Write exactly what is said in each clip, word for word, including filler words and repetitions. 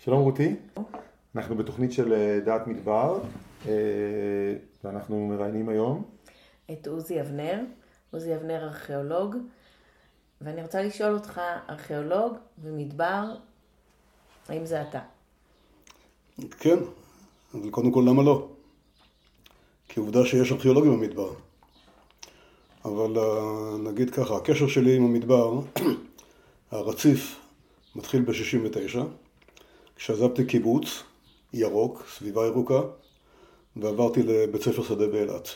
שלום רותי, אנחנו בתוכנית של דעת מדבר, ואנחנו מראיינים היום את עוזי אבנר, עוזי אבנר ארכיאולוג, ואני רוצה לשאול אותך, ארכיאולוג ומדבר, האם זה אתה? כן, אבל קודם כל למה לא? כי עובדה שיש ארכיאולוגים במדבר. אבל נגיד ככה, הקשר שלי עם המדבר, הרציף, מתחיל ב-שישים ותשע, כשעזבתי קיבוץ ירוק, סביבה ירוקה, ועברתי לבית ספר שדה באילת.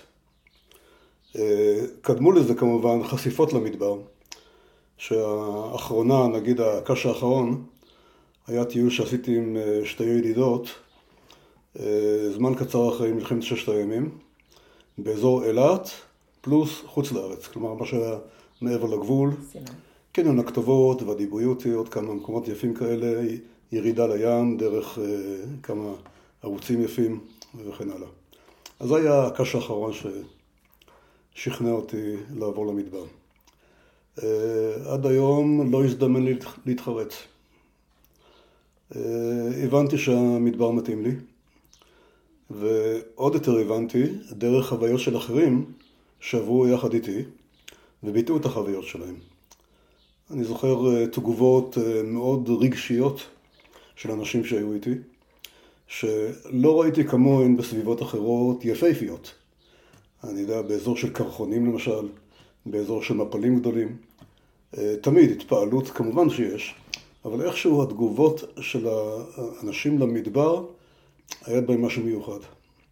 קדמו לזה כמובן חשיפות למדבר, שהאחרונה, נגיד הקש האחרון, היה טיול שעשיתי עם שתי ידידות, זמן קצר אחרי מלחמת ששת הימים, באזור אילת, פלוס חוץ לארץ, כלומר מה שהיה מעבר לגבול, קניון הכתובות והדיבויותי, עוד כמה מקומות יפים כאלה, ירידה לים דרך uh, כמה ערוצים יפים וכן הלאה. אז זה היה הקש האחרון ששכנע אותי לעבור למדבר. Uh, עד היום לא הזדמן לי להתחרט. Uh, הבנתי שהמדבר מתאים לי, ועוד יותר הבנתי דרך חוויות של אחרים שעברו יחד איתי וביטאו את החוויות שלהם. אני זוכר תגובות מאוד רגשיות של אנשים שהיו איתי, שלא ראיתי כמוהן בסביבות אחרות יפהפיות. אני יודע, באזור של קרחונים למשל, באזור של מפלים גדולים. תמיד התפעלות כמובן שיש, אבל איכשהו התגובות של האנשים למדבר, היה בהם משהו מיוחד.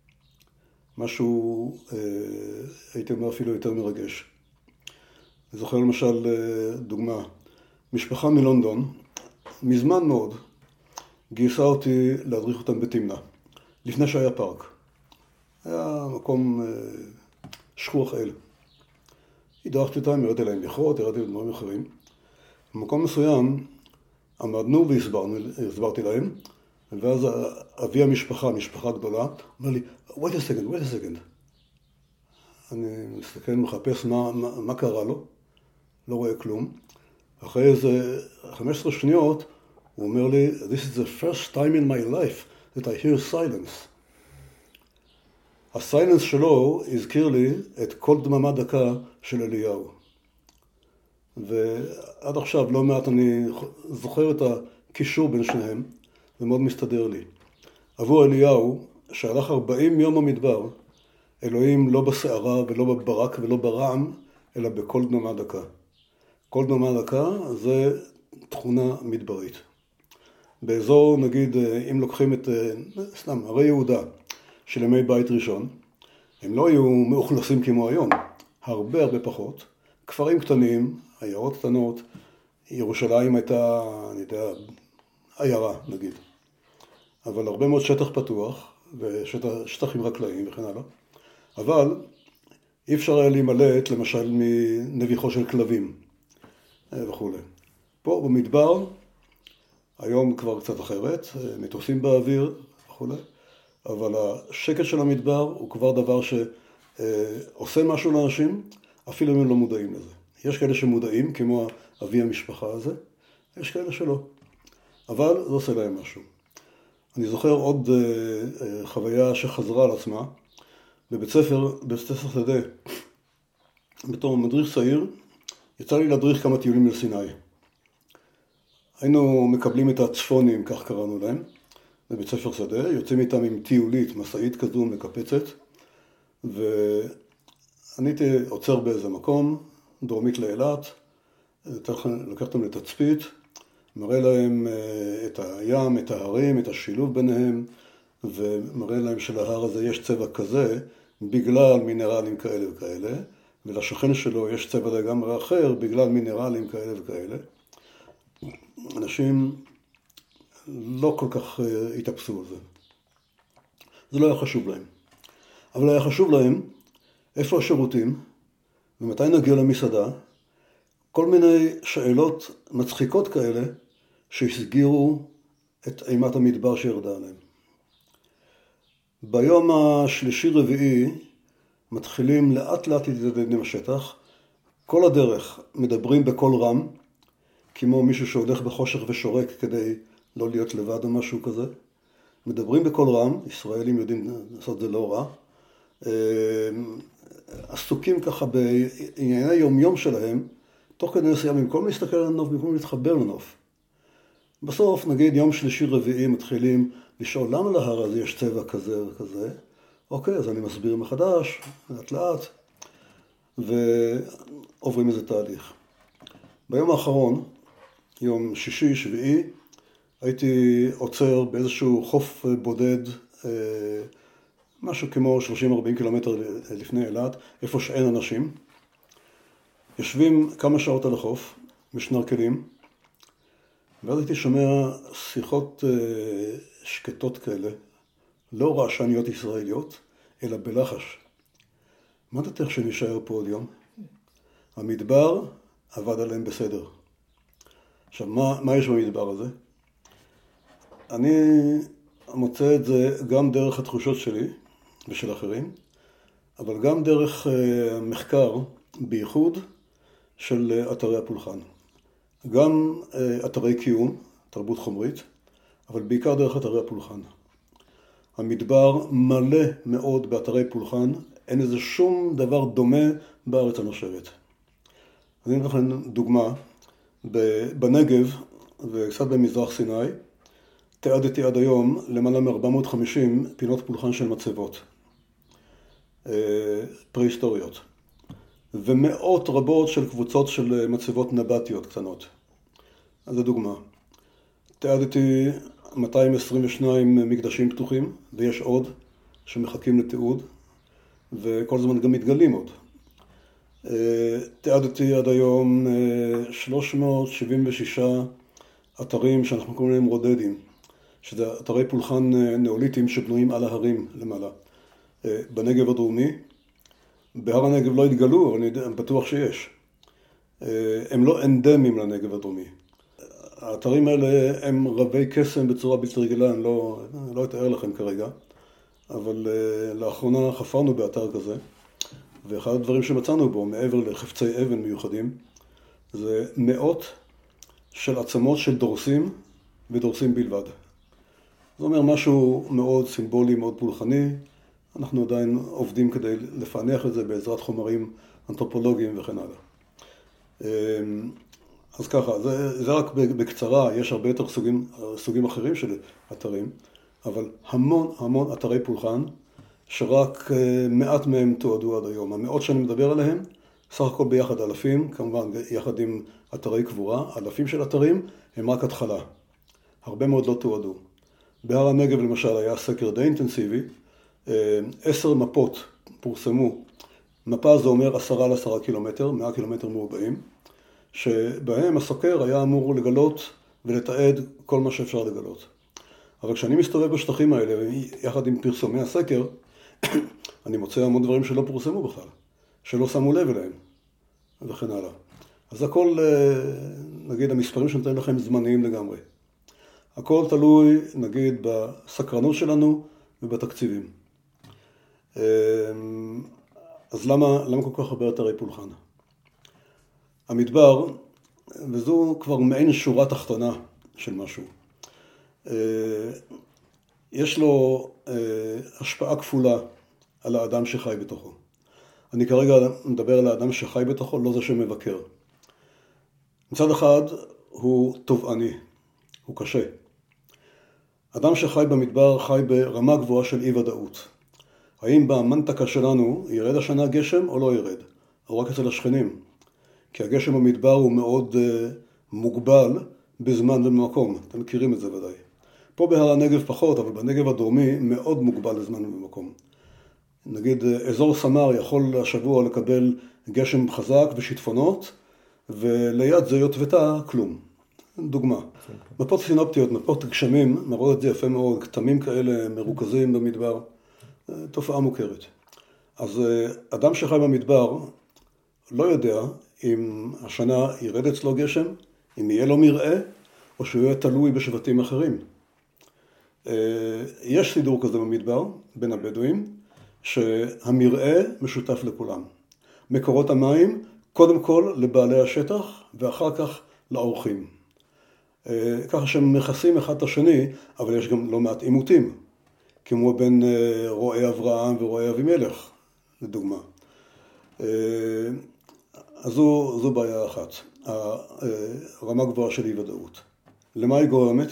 משהו, הייתי אומר אפילו יותר מרגש. אני זוכר למשל דוגמה, משפחה מלונדון, מזמן מאוד, גייסה אותי להדריך אותם בתמנע, לפני שהיה פארק. היה מקום שכוח אל. הדרכתי אותם, הראיתי להם בריכות, הראיתי להם דברים אחרים. במקום מסוים עמדנו והסברתי להם, ואז אבי המשפחה, משפחה גדולה, אמר לי, wait a second, wait a second. אני מסתכל, מחפש מה, מה, מה קרה לו, לא רואה כלום. אחרי איזה חמש עשרה שניות, הוא אומר לי, this is the first time in my life that I hear silence. הסיילנס שלו הזכיר לי את כל דממה דקה של אליהו. ועד עכשיו לא מעט אני זוכר את הקישור בין שניהם, זה מאוד מסתדר לי. עבור אליהו, שהלך ארבעים יום במדבר, אלוהים לא בסערה ולא בברק ולא ברעם, אלא בכל דממה דקה. כל דממה דקה זה תכונה מדברית. באזור, נגיד, אם לוקחים את, סתם, הרי יהודה של ימי בית ראשון, הם לא היו מאוכלסים כמו היום, הרבה הרבה פחות. כפרים קטנים, עיירות קטנות, ירושלים הייתה, אני יודע, עיירה, נגיד. אבל הרבה מאוד שטח פתוח, ושטחים חקלאיים וכן הלאה. אבל אי אפשר היה להימלט, למשל, מנביחו של כלבים וכו'. פה במדבר, היום כבר קצת אחרת, מטוסים באוויר וכו'. אבל השקט של המדבר הוא כבר דבר שעושה משהו לאנשים, אפילו אם הם לא מודעים לזה. יש כאלה שמודעים, כמו אבי המשפחה הזה, יש כאלה שלא. אבל זה עושה להם משהו. אני זוכר עוד חוויה שחזרה על עצמה, בבית ספר, בבית ספר שדה, בתור מדריך צעיר, יצא לי להדריך כמה טיולים לסיני. היינו מקבלים את הצפונים, כך קראנו להם, בבית ספר שדה, יוצאים איתם עם טיולית, מסעית כזו מקפצת, ואני הייתי עוצר באיזה מקום, דרומית לאילת, לקח אותם לתצפית, מראה להם את הים, את ההרים, את השילוב ביניהם, ומראה להם שלהר הזה יש צבע כזה, בגלל מינרלים כאלה וכאלה, ולשכן שלו יש צבע לגמרי אחר, בגלל מינרלים כאלה וכאלה. אנשים לא כל כך התאפסו על זה. זה לא היה חשוב להם. אבל היה חשוב להם איפה השירותים, ומתי נגיע למסעדה, כל מיני שאלות מצחיקות כאלה, שהסגירו את אימת המדבר שירדה עליהם. ביום השלישי רביעי מתחילים לאט לאט להתיידד עם השטח. כל הדרך מדברים בקול רם, כמו מישהו שהולך בחושך ושורק כדי לא להיות לבד או משהו כזה. מדברים בקול רם, ישראלים יודעים לעשות זה לא רע. עסוקים ככה בענייני יום-יום שלהם, תוך כדי נסיעה, במקום להסתכל על הנוף, במקום להתחבר לנוף. בסוף, נגיד, יום שלישי רביעי מתחילים לשאול למה להר הזה יש צבע כזה וכזה. אוקיי, אז אני מסביר מחדש, לאט לאט, ועוברים איזה תהליך. ביום האחרון, יום שישי, שביעי, הייתי עוצר באיזשהו חוף בודד, משהו כמו שלושים ארבעים קילומטר לפני אילת, איפה שאין אנשים. יושבים כמה שעות על החוף, משנרקלים, ואז הייתי שומע שיחות שקטות כאלה, לא רעשניות ישראליות, אלא בלחש. מה אתה תראה שנשאר פה עוד יום? המדבר עבד עליהם בסדר. עכשיו, מה, מה יש במדבר הזה? אני מוצא את זה גם דרך התחושות שלי ושל אחרים, אבל גם דרך מחקר, בייחוד של אתרי הפולחן. גם אתרי קיום, תרבות חומרית, אבל בעיקר דרך אתרי הפולחן. המדבר מלא מאוד באתרי פולחן, אין איזה שום דבר דומה בארץ הנושבת. אני אתן לכם דוגמה, בנגב וקצת במזרח סיני, תיעדתי עד היום למעלה מ-ארבע מאות וחמישים פינות פולחן של מצבות, פרה-היסטוריות, ומאות רבות של קבוצות של מצבות נבטיות קטנות. אז זו דוגמה. תיעדתי מאתיים עשרים ושניים מקדשים פתוחים, ויש עוד שמחכים לתיעוד, וכל זמן גם מתגלים עוד. תיעדתי עד היום שלוש מאות שבעים ושישה אתרים שאנחנו קוראים להם רודדים, שזה אתרי פולחן נאוליטיים שבנויים על ההרים למעלה. בנגב הדרומי, בהר הנגב לא התגלו, אבל אני בטוח שיש. הם לא אנדמיים לנגב הדרומי. האתרים האלה הם רבי קסם בצורה בלתי רגילה, אני לא, לא אתאר לכם כרגע, אבל לאחרונה חפרנו באתר כזה, ואחד הדברים שמצאנו בו, מעבר לחפצי אבן מיוחדים, זה מאות של עצמות של דורסים ודורסים בלבד. זה אומר משהו מאוד סימבולי, מאוד פולחני. אנחנו עדיין עובדים כדי לפענח את זה בעזרת חומרים אנתרופולוגיים וכן הלאה. אז ככה, זה, זה רק בקצרה, יש הרבה יותר סוגים, סוגים אחרים של אתרים, אבל המון המון אתרי פולחן, שרק מעט מהם תועדו עד היום. המאות שאני מדבר עליהם, סך הכל ביחד אלפים, כמובן יחד עם אתרי קבורה, אלפים של אתרים, הם רק התחלה. הרבה מאוד לא תועדו. בהר הנגב למשל היה סקר די אינטנסיבי, עשר מפות פורסמו. מפה זה אומר עשרה על עשרה קילומטר, מאה קילומטר מרובעים, שבהם הסוקר היה אמור לגלות ולתעד כל מה שאפשר לגלות. אבל כשאני מסתובב בשטחים האלה, יחד עם פרסומי הסקר, אני מוצא המון דברים שלא פורסמו בכלל, שלא שמו לב אליהם, וכן הלאה. אז הכל, נגיד, המספרים שנותן לכם זמניים לגמרי. הכל תלוי, נגיד, בסקרנות שלנו ובתקציבים. אז למה, למה כל כך הרבה אתרי פולחן? המדבר, וזו כבר מעין שורה תחתונה של משהו, יש לו השפעה כפולה על האדם שחי בתוכו. אני כרגע מדבר על האדם שחי בתוכו, לא זה שמבקר. מצד אחד הוא תובעני, הוא קשה. אדם שחי במדבר חי ברמה גבוהה של אי ודאות. האם במנטקה שלנו ירד השנה גשם או לא ירד? או רק אצל השכנים. כי הגשם במדבר הוא מאוד uh, מוגבל בזמן ובמקום. אתם מכירים את זה ודאי. פה בהר הנגב פחות, אבל בנגב הדרומי מאוד מוגבל בזמן ובמקום. נגיד, אזור סמר יכול השבוע לקבל גשם חזק ושיטפונות, וליד זה יוטבתה כלום. דוגמה. מפות סינופטיות, מפות גשמים, מראות את זה יפה מאוד, כתמים כאלה מרוכזים במדבר, תופעה מוכרת. אז אדם שחי במדבר לא יודע אם השנה ירד אצלו גשם, אם יהיה לו מרעה, או שהוא יהיה תלוי בשבטים אחרים. יש סידור כזה במדבר, בין הבדואים, שהמרעה משותף לכולם. מקורות המים, קודם כל לבעלי השטח, ואחר כך לאורחים. ככה שהם מכסים אחד את השני, אבל יש גם לא מעט עימותים, כמו בין רועי אברהם ורועי אבימלך, לדוגמה. אז זו, זו בעיה אחת, הרמה גבוהה של אי ודאות. למה היא גורמת?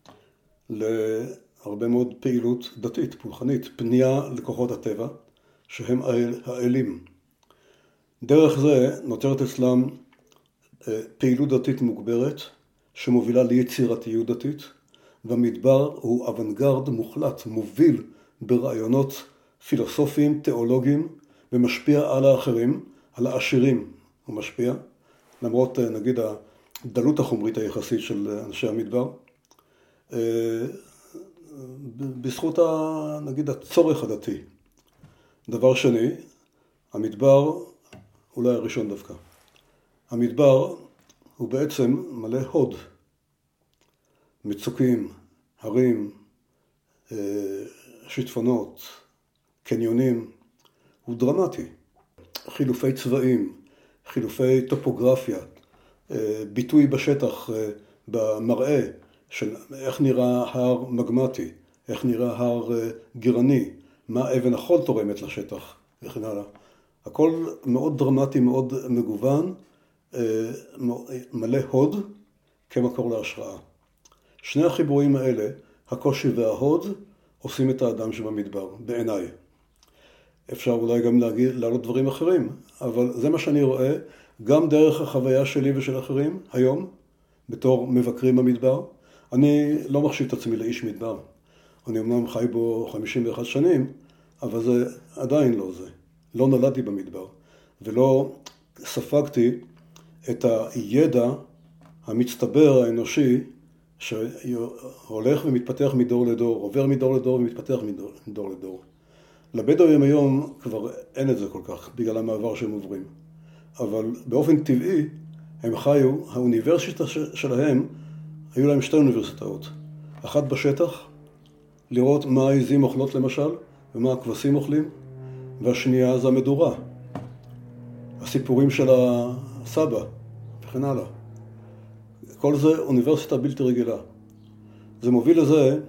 להרבה מאוד פעילות דתית, פולחנית, פנייה לכוחות הטבע, שהם האלים. דרך זה נותרת אצלם פעילות דתית מוגברת, שמובילה ליצירתיות דתית, והמדבר הוא אוונגרד מוחלט, מוביל ברעיונות פילוסופיים, תיאולוגיים, ומשפיע על האחרים, על העשירים הוא משפיע, למרות נגיד הדלות החומרית היחסית של אנשי המדבר, בזכות נגיד הצורך הדתי. דבר שני, המדבר, אולי הראשון דווקא, המדבר הוא בעצם מלא הוד, מצוקים, הרים, שיטפונות, קניונים, הוא דרמטי. חילופי צבעים, חילופי טופוגרפיה, ביטוי בשטח, במראה של איך נראה הר מגמטי, איך נראה הר גירני, מה אבן החול תורמת לשטח וכן הלאה. הכל מאוד דרמטי, מאוד מגוון, מלא הוד כמקור להשראה. שני החיבורים האלה, הקושי וההוד, עושים את האדם שבמדבר, בעיניי. אפשר אולי גם להגיד, להעלות דברים אחרים, אבל זה מה שאני רואה, גם דרך החוויה שלי ושל אחרים, היום, בתור מבקרים במדבר. אני לא מחשיב את עצמי לאיש מדבר. אני אמנם חי בו חמישים ואחת שנים, אבל זה עדיין לא זה. לא נולדתי במדבר, ולא ספגתי את הידע המצטבר האנושי, שהולך ומתפתח מדור לדור, עובר מדור לדור ומתפתח מדור, מדור לדור. לבדואים היום כבר אין את זה כל כך, בגלל המעבר שהם עוברים. אבל באופן טבעי, הם חיו, האוניברסיטה שלהם, היו להם שתי אוניברסיטאות. אחת בשטח, לראות מה העזים אוכלות למשל, ומה הכבשים אוכלים, והשנייה זה המדורה. הסיפורים של הסבא, וכן הלאה. כל זה אוניברסיטה בלתי רגילה. זה מוביל לזה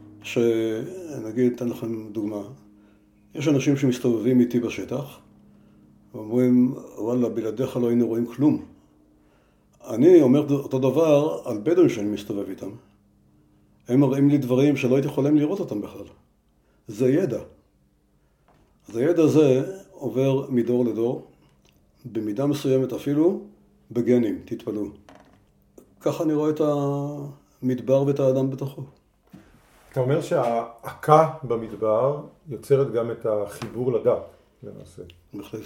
שנגיד, אתן לכם דוגמה, יש אנשים שמסתובבים איתי בשטח, ואומרים, וואלה, בלעדיך לא היינו רואים כלום. אני אומר אותו דבר על בדואים שאני מסתובב איתם. הם מראים לי דברים שלא הייתי יכולים לראות אותם בכלל. זה ידע. אז הידע הזה עובר מדור לדור, במידה מסוימת אפילו בגנים, תתפלאו. ככה אני רואה את המדבר ואת האדם בתוכו. אתה אומר שהעקה במדבר יוצרת גם את החיבור לדת, למעשה. בהחלט.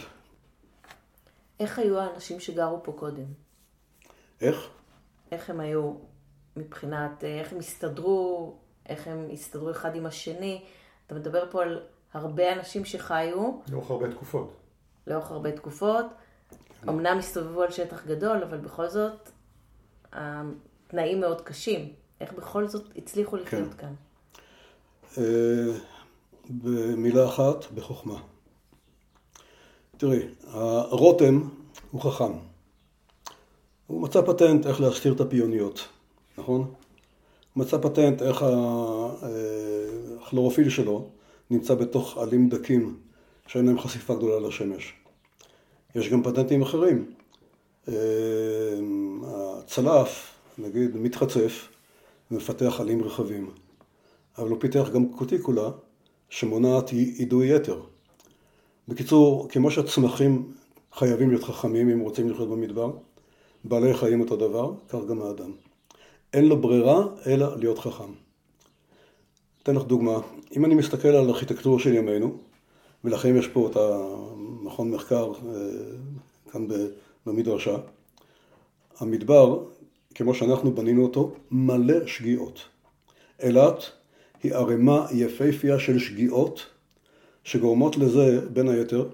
איך היו האנשים שגרו פה קודם? איך? איך הם היו מבחינת, איך הם הסתדרו, איך הם הסתדרו אחד עם השני? אתה מדבר פה על הרבה אנשים שחיו. לאורך הרבה תקופות. לאורך הרבה תקופות. אמנם הסתובבו על שטח גדול, אבל בכל זאת, התנאים מאוד קשים. איך בכל זאת הצליחו לחיות כאן? במילה אחת, בחוכמה. תראי, הרותם הוא חכם. הוא מצא פטנט איך להסתיר את הפיוניות, נכון? הוא מצא פטנט איך הכלורופיל שלו נמצא בתוך עלים דקים שאין להם חשיפה גדולה לשמש. יש גם פטנטים אחרים. הצלף, נגיד, מתחצף ומפתח עלים רחבים. אבל הוא פיתח גם קוטיקולה שמונעת אידוי יתר. בקיצור, כמו שהצמחים חייבים להיות חכמים אם רוצים לחיות במדבר, בעלי חיים אותו דבר, כך גם האדם. אין לו ברירה אלא להיות חכם. אתן לך דוגמה, אם אני מסתכל על הארכיטקטורה של ימינו, ולכן יש פה את המכון מחקר כאן במדרשה, המדבר, כמו שאנחנו בנינו אותו, מלא שגיאות. אילת היא ערימה יפהפייה של שגיאות, שגורמות לזה, בין היתר,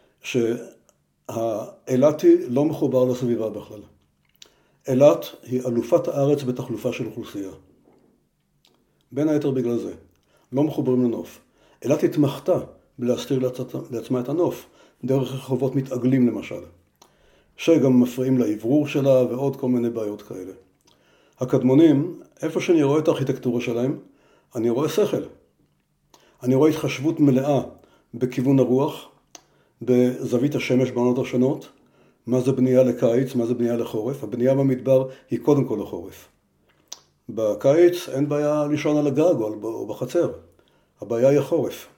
שהאילתי לא מחובר לסביבה בכלל. אילת היא אלופת הארץ בתחלופה של אוכלוסייה. בין היתר בגלל זה. לא מחוברים לנוף. אילת התמחתה בלהסתיר לעצמה את הנוף, דרך רחובות מתעגלים למשל, שגם מפריעים לאוורור שלה ועוד כל מיני בעיות כאלה. הקדמונים, איפה שאני רואה את הארכיטקטורה שלהם, אני רואה שכל. אני רואה התחשבות מלאה בכיוון הרוח, בזווית השמש בעונות השונות, מה זה בנייה לקיץ, מה זה בנייה לחורף. הבנייה במדבר היא קודם כל לחורף. בקיץ אין בעיה לישון על הגג או בחצר, הבעיה היא החורף.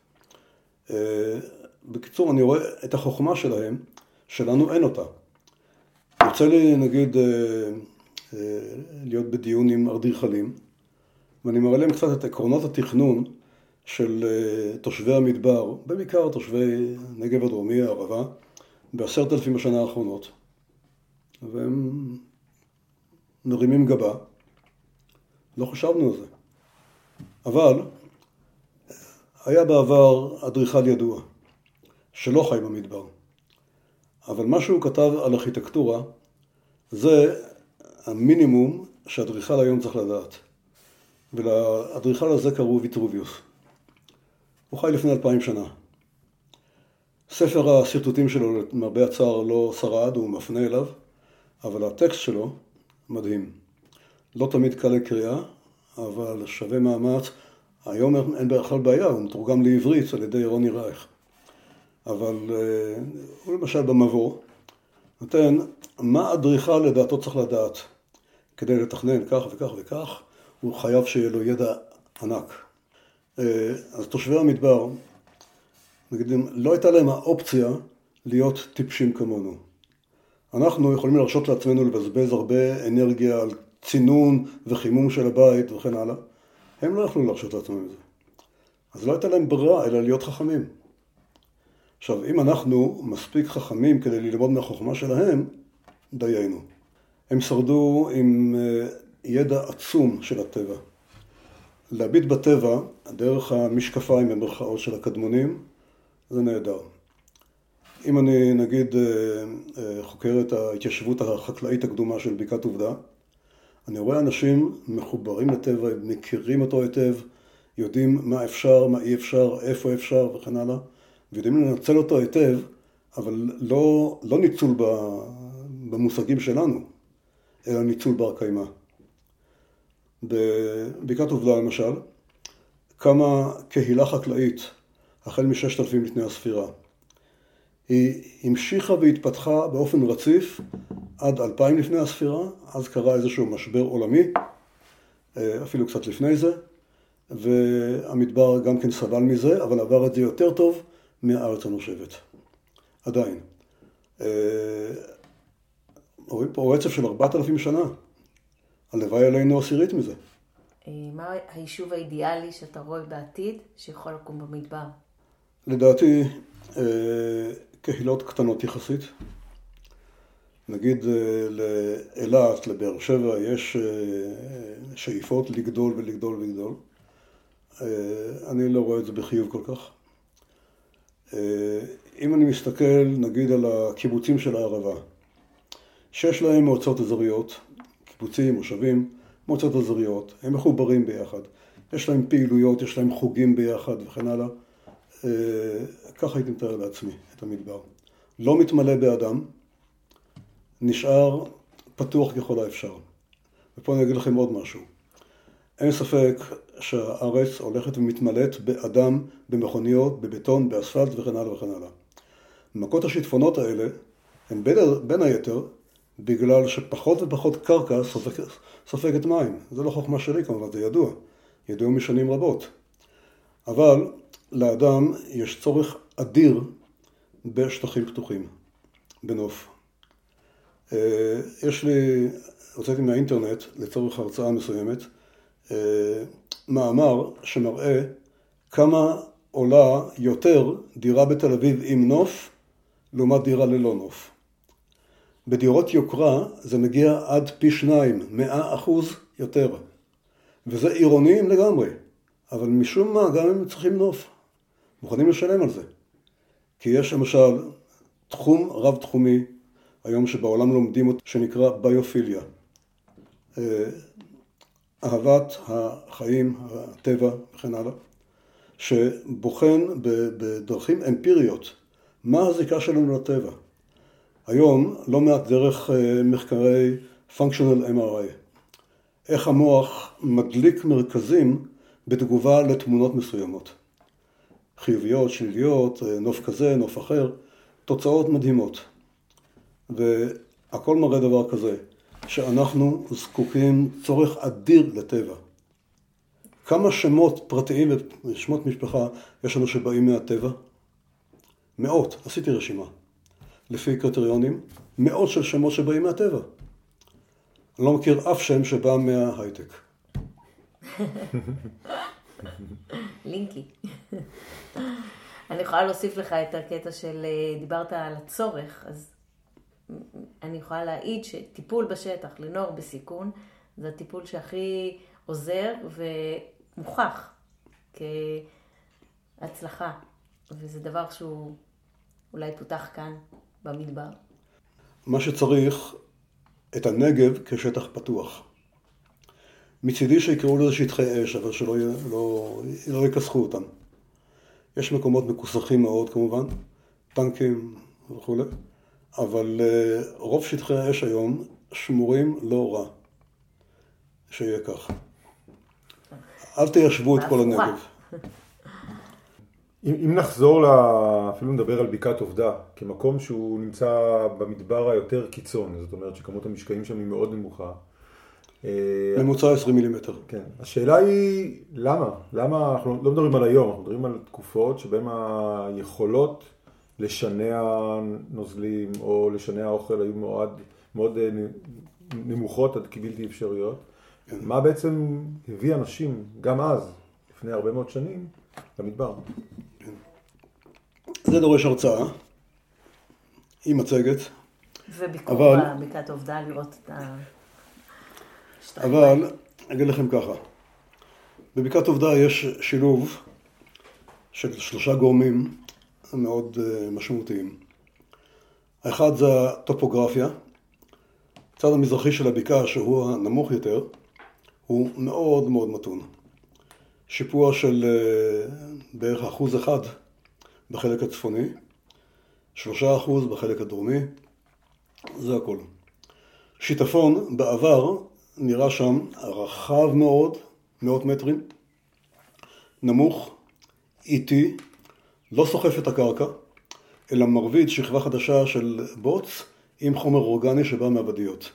בקיצור, אני רואה את החוכמה שלהם, שלנו אין אותה. יוצא לי, נגיד, להיות בדיון עם אדריכלים, ואני מראה להם קצת את עקרונות התכנון של תושבי המדבר, בעיקר תושבי נגב הדרומי, הערבה, בעשרת אלפים השנה האחרונות. והם מרימים גבה. לא חשבנו על זה. אבל היה בעבר אדריכל ידוע, שלא חי במדבר. אבל מה שהוא כתב על ארכיטקטורה, זה המינימום שהאדריכל היום צריך לדעת. ולאדריכל הזה קראו ויטרוביוס. הוא חי לפני אלפיים שנה. ספר הסרטוטים שלו, למרבה הצער, לא שרד, הוא מפנה אליו, אבל הטקסט שלו מדהים. לא תמיד קל לקריאה, אבל שווה מאמץ. היום אין בכלל בעיה, הוא מתורגם לעברית על ידי רוני רייך. אבל הוא למשל במבוא, נותן מה אדריכל לדעתו צריך לדעת כדי לתכנן כך וכך וכך, הוא חייב שיהיה לו ידע ענק. אז תושבי המדבר, נגיד, לא הייתה להם האופציה להיות טיפשים כמונו. אנחנו יכולים להרשות לעצמנו לבזבז הרבה אנרגיה על צינון וחימום של הבית וכן הלאה. הם לא יכלו להרשות לעצמם את זה. אז לא הייתה להם ברירה אלא להיות חכמים. עכשיו, אם אנחנו מספיק חכמים כדי ללמוד מהחוכמה שלהם, דיינו. הם שרדו עם ידע עצום של הטבע. להביט בטבע, דרך המשקפיים במרכאות של הקדמונים, זה נהדר. אם אני נגיד חוקר את ההתיישבות החקלאית הקדומה של בקעת עובדה, אני רואה אנשים מחוברים לטבע, מכירים אותו היטב, יודעים מה אפשר, מה אי אפשר, איפה אפשר וכן הלאה, ויודעים לנצל אותו היטב, אבל לא, לא ניצול במושגים שלנו, אלא ניצול בר קיימא. בבקעת עובדה למשל, קמה קהילה חקלאית, החל מששת אלפים לפני הספירה. היא המשיכה והתפתחה באופן רציף עד אלפיים לפני הספירה, אז קרה איזשהו משבר עולמי, אפילו קצת לפני זה, והמדבר גם כן סבל מזה, אבל עבר את זה יותר טוב מהארץ הנושבת. עדיין. רואים פה רצף של ארבעת אלפים שנה. הלוואי עלינו עשירית מזה. מה היישוב האידיאלי שאתה רואה בעתיד שיכול לקום במדבר? לדעתי, קהילות קטנות יחסית. נגיד לאילת, לבאר שבע, יש שאיפות לגדול ולגדול ולגדול. אני לא רואה את זה בחיוב כל כך. אם אני מסתכל, נגיד, על הקיבוצים של הערבה, שיש להם מועצות אזוריות, קיבוצים, מושבים, מועצות אזוריות, הם מחוברים ביחד. יש להם פעילויות, יש להם חוגים ביחד וכן הלאה. ככה הייתי מתאר לעצמי את המדבר. לא מתמלא באדם, נשאר פתוח ככל האפשר. ופה אני אגיד לכם עוד משהו. אין ספק שהארץ הולכת ומתמלאת באדם, במכוניות, בבטון, באספלט וכן הלאה וכן הלאה. מכות השיטפונות האלה הן בין, בין היתר בגלל שפחות ופחות קרקע סופגת, סופגת מים. זה לא חוכמה שלי כמובן, זה ידוע. ידוע משנים רבות. אבל לאדם יש צורך אדיר בשטחים פתוחים, בנוף. יש לי, הוצאתי מהאינטרנט לצורך הרצאה מסוימת, מאמר שמראה כמה עולה יותר דירה בתל אביב עם נוף לעומת דירה ללא נוף. בדירות יוקרה זה מגיע עד פי שניים, מאה אחוז יותר. וזה עירוניים לגמרי. אבל משום מה גם הם צריכים נוף. מוכנים לשלם על זה. כי יש למשל תחום רב תחומי, היום שבעולם לומדים אותו, שנקרא ביופיליה. אהבת החיים, הטבע וכן הלאה, שבוחן בדרכים אמפיריות מה הזיקה שלנו לטבע. היום לא מעט דרך מחקרי functional M R I. איך המוח מדליק מרכזים בתגובה לתמונות מסוימות. חיוביות, שליליות, נוף כזה, נוף אחר, תוצאות מדהימות. והכל מראה דבר כזה, שאנחנו זקוקים צורך אדיר לטבע. כמה שמות פרטיים ושמות משפחה יש לנו שבאים מהטבע? מאות, עשיתי רשימה. לפי קריטריונים, מאות של שמות שבאים מהטבע. אני לא מכיר אף שם שבא מההייטק. לינקי. אני יכולה להוסיף לך את הקטע של, דיברת על הצורך, אז אני יכולה להעיד שטיפול בשטח לנוער בסיכון, זה הטיפול שהכי עוזר ומוכח כהצלחה. וזה דבר שהוא אולי פותח כאן במדבר. מה שצריך את הנגב כשטח פתוח. מצידי שיקראו לזה שטחי אש, אבל שלא לא, לא יקסחו אותם. יש מקומות מקוסחים מאוד כמובן, טנקים וכו', אבל רוב שטחי האש היום שמורים לא רע. שיהיה כך. אל תיישבו את כל הנגב. אם, אם נחזור, לה, אפילו נדבר על בקעת עובדה, כמקום שהוא נמצא במדבר היותר קיצון, זאת אומרת שכמות המשקעים שם היא מאוד נמוכה. ממוצע עשרים מילימטר. כן. השאלה היא, למה? למה, אנחנו לא מדברים על היום, אנחנו מדברים על תקופות שבהן היכולות לשנע נוזלים או לשנע אוכל היו מאוד, מאוד נמוכות עד כבלתי אפשריות. כן. מה בעצם הביא אנשים, גם אז, לפני הרבה מאוד שנים, למדבר? כן. זה דורש הרצאה, עם מצגת. וביקור אבל... בבקעת עובדה לראות את ה... אבל, אגיד לכם ככה, בבקעת עובדה יש שילוב של שלושה גורמים מאוד משמעותיים. האחד זה הטופוגרפיה. הצד המזרחי של הבקעה, שהוא הנמוך יותר, הוא מאוד מאוד מתון. שיפוע של בערך אחוז אחד בחלק הצפוני, שלושה אחוז בחלק הדרומי, זה הכל. שיטפון בעבר נראה שם רחב מאוד, מאות מטרים, נמוך, איטי, לא סוחף את הקרקע, אלא מרביד שכבה חדשה של בוץ עם חומר אורגני שבא מהוודיות.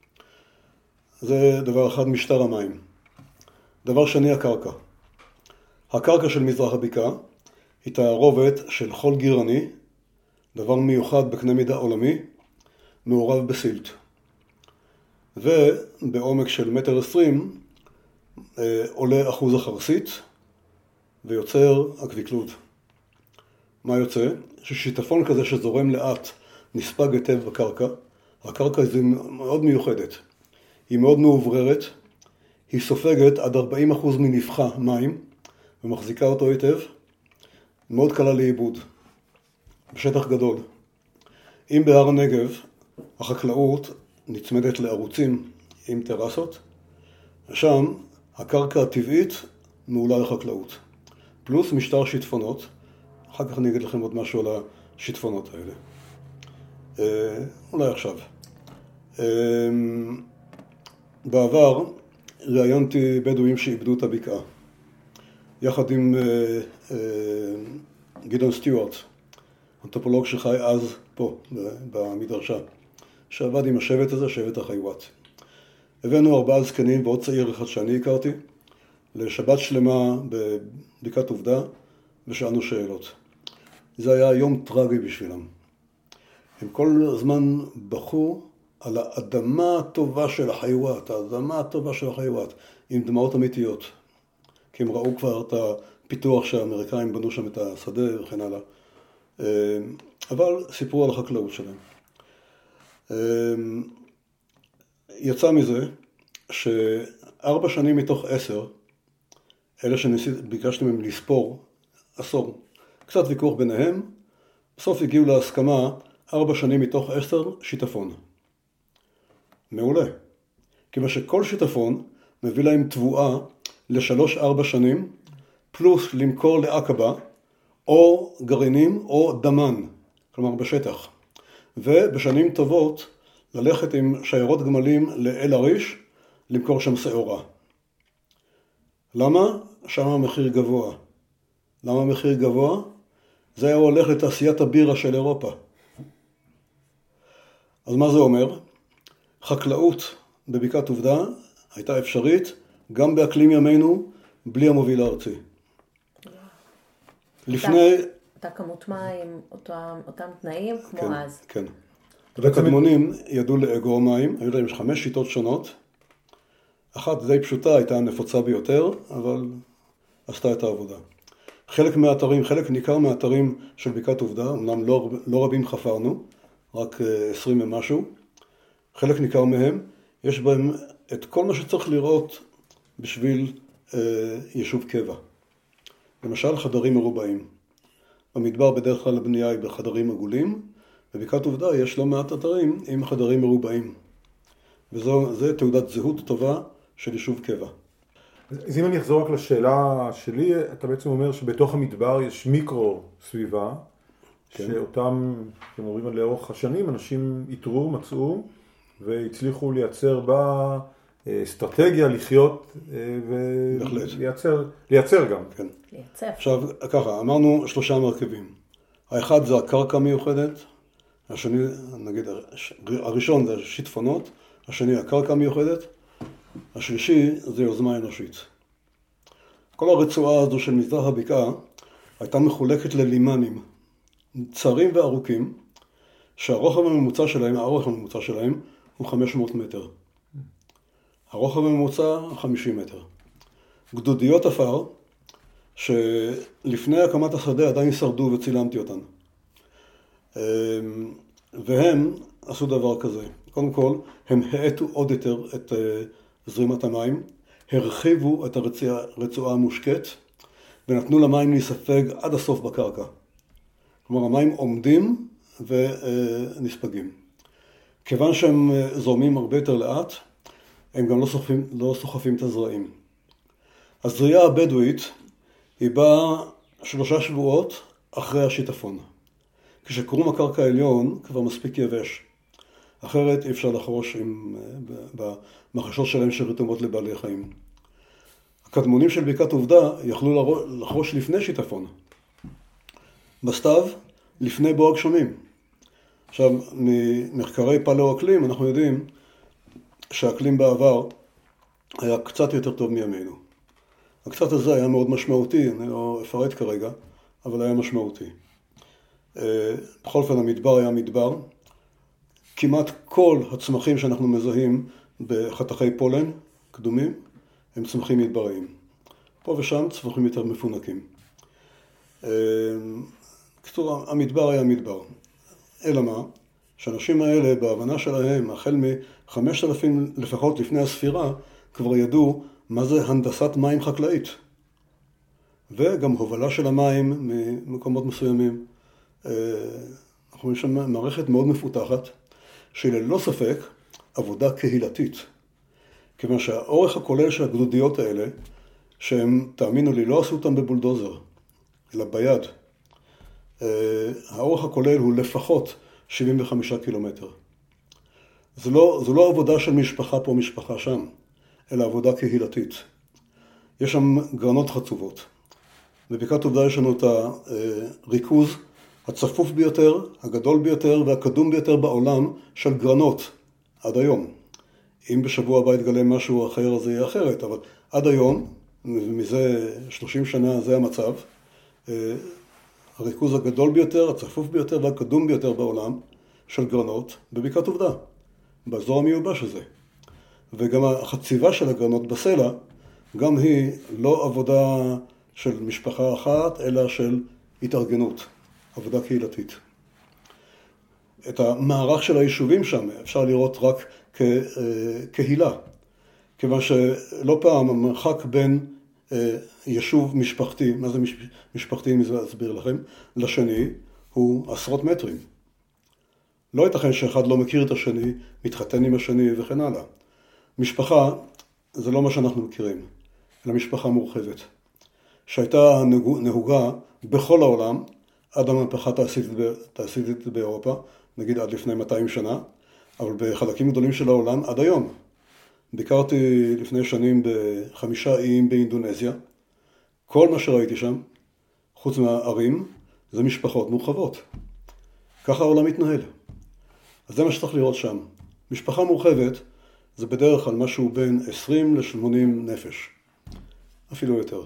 זה דבר אחד, משטר המים. דבר שני, הקרקע. הקרקע של מזרח הבקעה היא תערובת של חול גירני, דבר מיוחד בקנה מידה עולמי, מעורב בסילט. ובעומק של מטר עשרים עולה אחוז החרסית ויוצר אקוויקלוד. מה יוצא? ששיטפון כזה שזורם לאט נספג היטב בקרקע. הקרקע היא מאוד מיוחדת. היא מאוד מאובררת. היא סופגת עד ארבעים אחוז מנפחה מים ומחזיקה אותו היטב. מאוד קלה לאיבוד. בשטח גדול. אם בהר הנגב החקלאות נצמדת לערוצים עם טרסות, ושם הקרקע הטבעית מעולה לחקלאות. פלוס משטר שיטפונות. אחר כך אני אגיד לכם עוד משהו על השיטפונות האלה. אה, אולי עכשיו. אה, בעבר ראיינתי בדואים שאיבדו את הבקעה. יחד עם אה, אה, גדעון סטיוארט, אנתרופולוג שחי אז פה, במדרשה, שעבד עם השבט הזה, שבט החיוואט. הבאנו ארבעה זקנים ועוד צעיר אחד שאני הכרתי, לשבת שלמה בבקעת עובדה, ושאלנו שאלות. זה היה יום טרגי בשבילם. הם כל הזמן בחו על האדמה הטובה של החיוואט, האדמה הטובה של החיוואט, עם דמעות אמיתיות. כי הם ראו כבר את הפיתוח שהאמריקאים בנו שם את השדה וכן הלאה. אבל סיפרו על החקלאות שלהם. יצא מזה שארבע שנים מתוך עשר, אלה שביקשתי מהם לספור, עשור, קצת ויכוח ביניהם, בסוף הגיעו להסכמה ארבע שנים מתוך עשר שיטפון. מעולה. כיוון שכל שיטפון מביא להם תבואה לשלוש ארבע שנים, פלוס למכור לעקבה, או גרעינים או דמן, כלומר בשטח. ובשנים טובות ללכת עם שיירות גמלים לאל עריש, למכור שם שעורה. למה? שם המחיר גבוה. למה המחיר גבוה? זה היה הולך לתעשיית הבירה של אירופה. אז מה זה אומר? חקלאות בבקעת עובדה הייתה אפשרית גם באקלים ימינו בלי המוביל הארצי. לפני... אותה כמות מים, אותם, אותם תנאים כמו כן, אז. כן. הקדמונים ידעו לאגור מים, היו להם חמש שיטות שונות. אחת די פשוטה, הייתה הנפוצה ביותר, אבל עשתה את העבודה. חלק מהאתרים, חלק ניכר מהאתרים של בקעת עובדה, אמנם לא, לא רבים חפרנו, רק עשרים ומשהו, חלק ניכר מהם, יש בהם את כל מה שצריך לראות בשביל אה, יישוב קבע. למשל חדרים מרובעים. במדבר בדרך כלל הבנייה היא בחדרים עגולים, בבקעת עובדה יש לא מעט אתרים עם חדרים מרובעים. וזו זה תעודת זהות טובה של יישוב קבע. אז אם אני אחזור רק לשאלה שלי, אתה בעצם אומר שבתוך המדבר יש מיקרו סביבה, כן. שאותם, אתם אומרים על לאורך השנים, אנשים איתרו, מצאו, והצליחו לייצר בה אסטרטגיה, לחיות ולייצר לייצר גם. כן. לייצר. עכשיו, ככה, אמרנו שלושה מרכיבים. האחד זה הקרקע מיוחדת, השני, נגיד, הראשון זה שיטפונות, השני הקרקע מיוחדת, השלישי זה יוזמה אנושית. כל הרצועה הזו של מזרח הבקעה הייתה מחולקת ללימנים, צרים וארוכים, שהרוחב הממוצע שלהם, האורך הממוצע שלהם הוא חמש מאות מטר. הרוחב הממוצע חמישים מטר. גדודיות אפר, שלפני הקמת השדה עדיין שרדו וצילמתי אותן. והם עשו דבר כזה. קודם כל, הם האטו עוד יותר את זרימת המים, הרחיבו את הרצועה המושקת, ונתנו למים להיספג עד הסוף בקרקע. כלומר, המים עומדים ונספגים. כיוון שהם זורמים הרבה יותר לאט, הם גם לא סוחפים, לא סוחפים את הזרעים. הזריעה הבדואית היא באה שלושה שבועות אחרי השיטפון. כשקרום הקרקע העליון כבר מספיק יבש. אחרת אי אפשר לחרוש עם, במחשות שלהם שרתומות לבעלי חיים. הקדמונים של בקעת עובדה יכלו לחרוש לפני שיטפון. בסתיו, לפני בוא הגשמים. עכשיו, ממחקרי פלאו-אקלים אנחנו יודעים שהאקלים בעבר היה קצת יותר טוב מימינו. הקצת הזה היה מאוד משמעותי, אני לא אפרט כרגע, אבל היה משמעותי. בכל אופן המדבר היה מדבר. כמעט כל הצמחים שאנחנו מזהים בחתכי פולן, קדומים, הם צמחים מדבריים. פה ושם צמחים יותר מפונקים. כתוב, המדבר היה מדבר. אלא מה? שהאנשים האלה, בהבנה שלהם, החל מ-חמשת אלפים לפחות לפני הספירה, כבר ידעו מה זה הנדסת מים חקלאית. וגם הובלה של המים ממקומות מסוימים. אנחנו רואים שם מערכת מאוד מפותחת, שללא ספק עבודה קהילתית. כיוון שהאורך הכולל של הגדודיות האלה, שהם, תאמינו לי, לא עשו אותם בבולדוזר, אלא ביד. האורך הכולל הוא לפחות שבעים וחמישה קילומטר. זו לא, זו לא עבודה של משפחה פה, משפחה שם, אלא עבודה קהילתית. יש שם גרנות חצובות. בבקעת עובדה יש לנו את הריכוז הצפוף ביותר, הגדול ביותר והקדום ביותר בעולם של גרנות עד היום. אם בשבוע הבא יתגלה משהו אחר אז זה יהיה אחרת, אבל עד היום, מזה שלושים שנה זה המצב, הריכוז הגדול ביותר, הצפוף ביותר והקדום ביותר בעולם של גרנות בבקעת עובדה, באזור המיובש הזה. וגם החציבה של הגרנות בסלע, גם היא לא עבודה של משפחה אחת, אלא של התארגנות, עבודה קהילתית. את המערך של היישובים שם אפשר לראות רק כקהילה, כיוון שלא פעם המרחק בין יישוב משפחתי, מה זה משפחתי, אני אסביר לכם, לשני, הוא עשרות מטרים. לא ייתכן שאחד לא מכיר את השני, מתחתן עם השני וכן הלאה. משפחה זה לא מה שאנחנו מכירים, אלא משפחה מורחבת, שהייתה נהוגה בכל העולם, עד המהפכה התעשייתית באירופה, נגיד עד לפני מאתיים שנה, אבל בחלקים גדולים של העולם עד היום. ביקרתי לפני שנים בחמישה איים באינדונזיה. כל מה שראיתי שם, חוץ מהערים, זה משפחות מורחבות. ככה העולם מתנהל. אז זה מה שצריך לראות שם. משפחה מורחבת זה בדרך כלל משהו בין עשרים לשמונים נפש. אפילו יותר.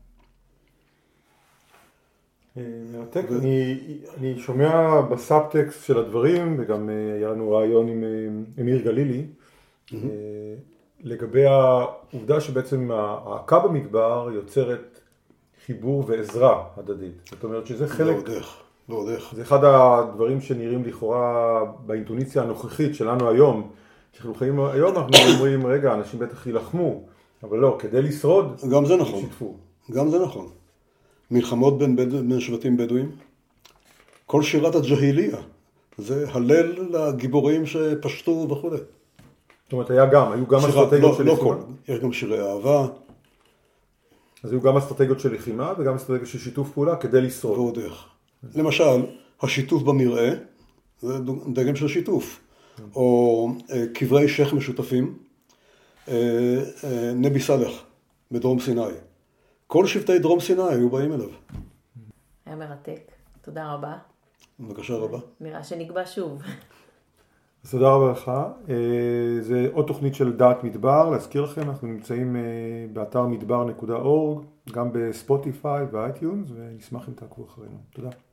מרתק. אני, אני שומע בסאבטקסט של הדברים, וגם היה לנו רעיון עם אמיר גלילי, mm-hmm. לגבי העובדה שבעצם ההקה במדבר יוצרת חיבור ועזרה הדדית. זאת אומרת שזה חלק... ועוד איך, ועוד איך. זה אחד הדברים שנראים לכאורה באינטוניציה הנוכחית שלנו היום. כשאנחנו חיים היום אנחנו אומרים, רגע, אנשים בטח ילחמו, אבל לא, כדי לשרוד, גם זה נכון. שיתפו. גם זה נכון. מלחמות בין, בד... בין שבטים בדואים. כל שירת הג'היליה, זה הלל לגיבורים שפשטו וכו'. זאת אומרת, היה גם, היו גם שירה, אסטרטגיות לא, של לא לחימה. כל, יש גם שירי אהבה. אז היו גם אסטרטגיות של לחימה וגם אסטרטגיות של שיתוף פעולה כדי לשרוד. ועוד איך. למשל, השיתוף במרעה, זה דגם של שיתוף. או אה, קברי שייך משותפים, אה, אה, נבי סלח בדרום סיני. כל שבטי דרום סיני היו באים אליו. היה מרתק. תודה רבה. בבקשה רבה. נראה שנקבע שוב. אז תודה רבה לך. זה עוד תוכנית של דעת מדבר. להזכיר לכם, אנחנו נמצאים באתר מדבר נקודה אורג, גם בספוטיפיי ואייטיונס, ונשמח אם תעקבו אחרינו. תודה.